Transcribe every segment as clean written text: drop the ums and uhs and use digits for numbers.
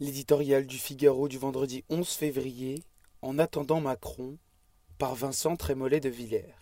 L'éditorial du Figaro du vendredi 11 février, En attendant Macron, par Vincent Trémollet de Villers.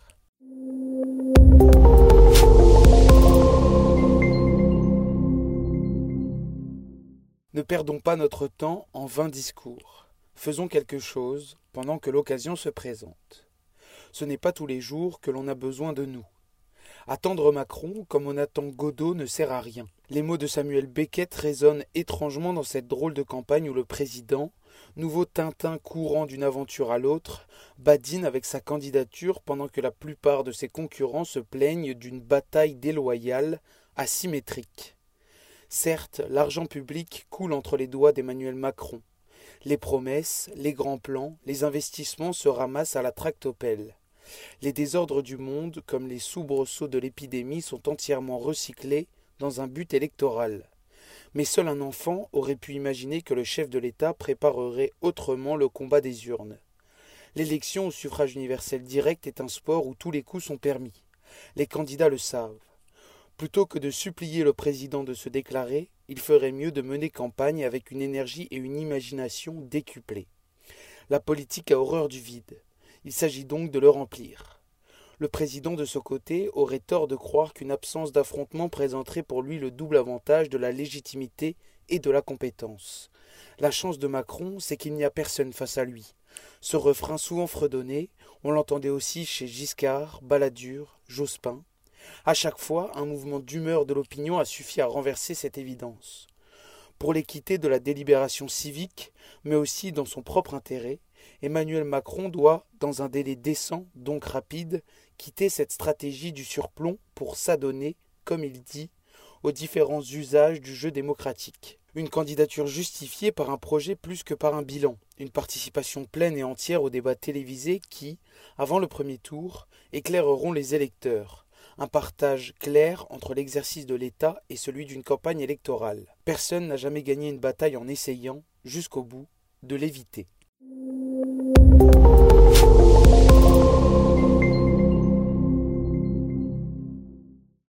Ne perdons pas notre temps en vains discours. Faisons quelque chose pendant que l'occasion se présente. Ce n'est pas tous les jours que l'on a besoin de nous. Attendre Macron comme on attend Godot ne sert à rien. Les mots de Samuel Beckett résonnent étrangement dans cette drôle de campagne où le président, nouveau Tintin courant d'une aventure à l'autre, badine avec sa candidature pendant que la plupart de ses concurrents se plaignent d'une bataille déloyale, asymétrique. Certes, l'argent public coule entre les doigts d'Emmanuel Macron. Les promesses, les grands plans, les investissements se ramassent à la tractopelle. Les désordres du monde, comme les soubresauts de l'épidémie, sont entièrement recyclés dans un but électoral. Mais seul un enfant aurait pu imaginer que le chef de l'État préparerait autrement le combat des urnes. L'élection au suffrage universel direct est un sport où tous les coups sont permis. Les candidats le savent. Plutôt que de supplier le président de se déclarer, il ferait mieux de mener campagne avec une énergie et une imagination décuplées. La politique a horreur du vide. Il s'agit donc de le remplir. Le président de ce côté aurait tort de croire qu'une absence d'affrontement présenterait pour lui le double avantage de la légitimité et de la compétence. La chance de Macron, c'est qu'il n'y a personne face à lui. Ce refrain souvent fredonné, on l'entendait aussi chez Giscard, Balladur, Jospin. À chaque fois, un mouvement d'humeur de l'opinion a suffi à renverser cette évidence. Pour l'équité de la délibération civique, mais aussi dans son propre intérêt, Emmanuel Macron doit, dans un délai décent, donc rapide, quitter cette stratégie du surplomb pour s'adonner, comme il dit, aux différents usages du jeu démocratique. Une candidature justifiée par un projet plus que par un bilan, une participation pleine et entière aux débats télévisés qui, avant le premier tour, éclaireront les électeurs. Un partage clair entre l'exercice de l'État et celui d'une campagne électorale. Personne n'a jamais gagné une bataille en essayant, jusqu'au bout, de l'éviter.